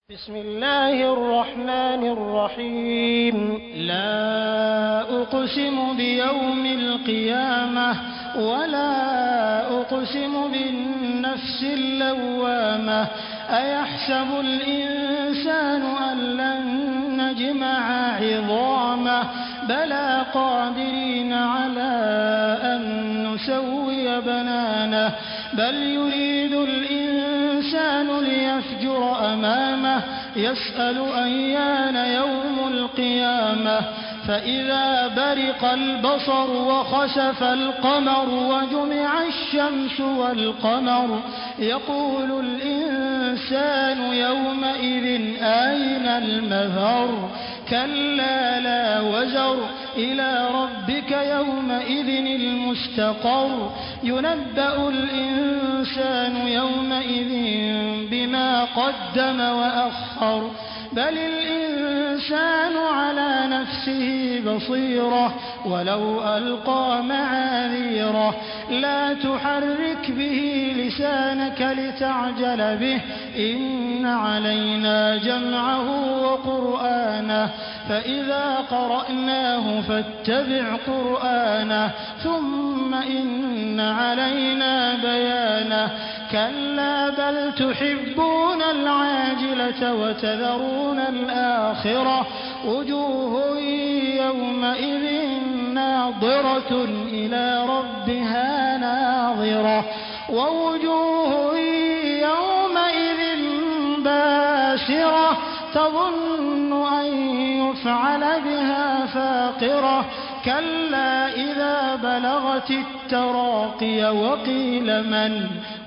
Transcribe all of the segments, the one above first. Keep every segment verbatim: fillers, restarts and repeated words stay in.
بسم الله الرحمن الرحيم لا أقسم بيوم القيامة ولا أقسم بالنفس اللوامة أيحسب الإنسان أن لن نجمع عظامه بلى قادرين على أن نسوي بنانه بل يريد الإنسان ليفجر أمامه يسأل أيان يوم القيامة فإذا برق البصر وخسف القمر وجمع الشمس والقمر يقول الإنسان يومئذ أين المفر كلا لا وزر إلى ربك يومئذ المستقر ينبأ الإنسان يومئذ بما قدم وأخر بل الإنسان على نفسه بصيرة ولو ألقى معاذيره لا تحرك به لسانك لتعجل به إن علينا جمعه وقرآنه فإذا قرأناه فاتبع قرآنه ثم إن علينا بيانه كلا بل تحبون العاجلة وتذرون الآخرة وجوه يومئذ ناظرة إلى ربها ناظرة ووجوه يومئذ باسرة تظن أن يفعل بها فاقرة كلا إذا بلغت التراقي وقيل من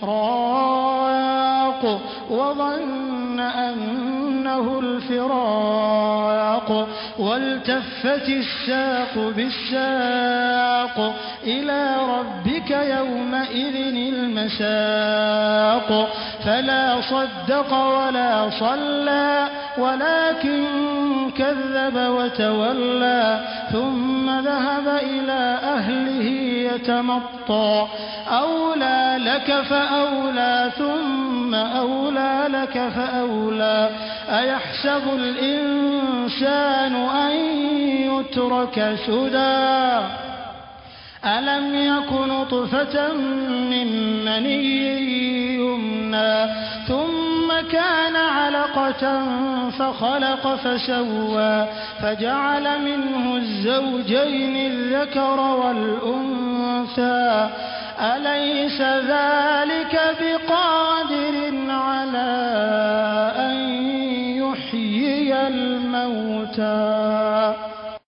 راق وظن أنه الفراق والتفت الساق بالساق إلى ربك يومئذ المساق فلا صدق ولا صلى ولكن كذب وتولى ثم ذهب إلى أهله يتمطى أولى لك فأولى ثم أولى لك فأولى أيحسب الإنسان أن يترك سدى ألم يك نطفة من مني يمنى ثم كان علقة فخلق فسوى فجعل منه الزوجين الذكر والأنثى أليس ذلك بقادر على أن يحيي الموتى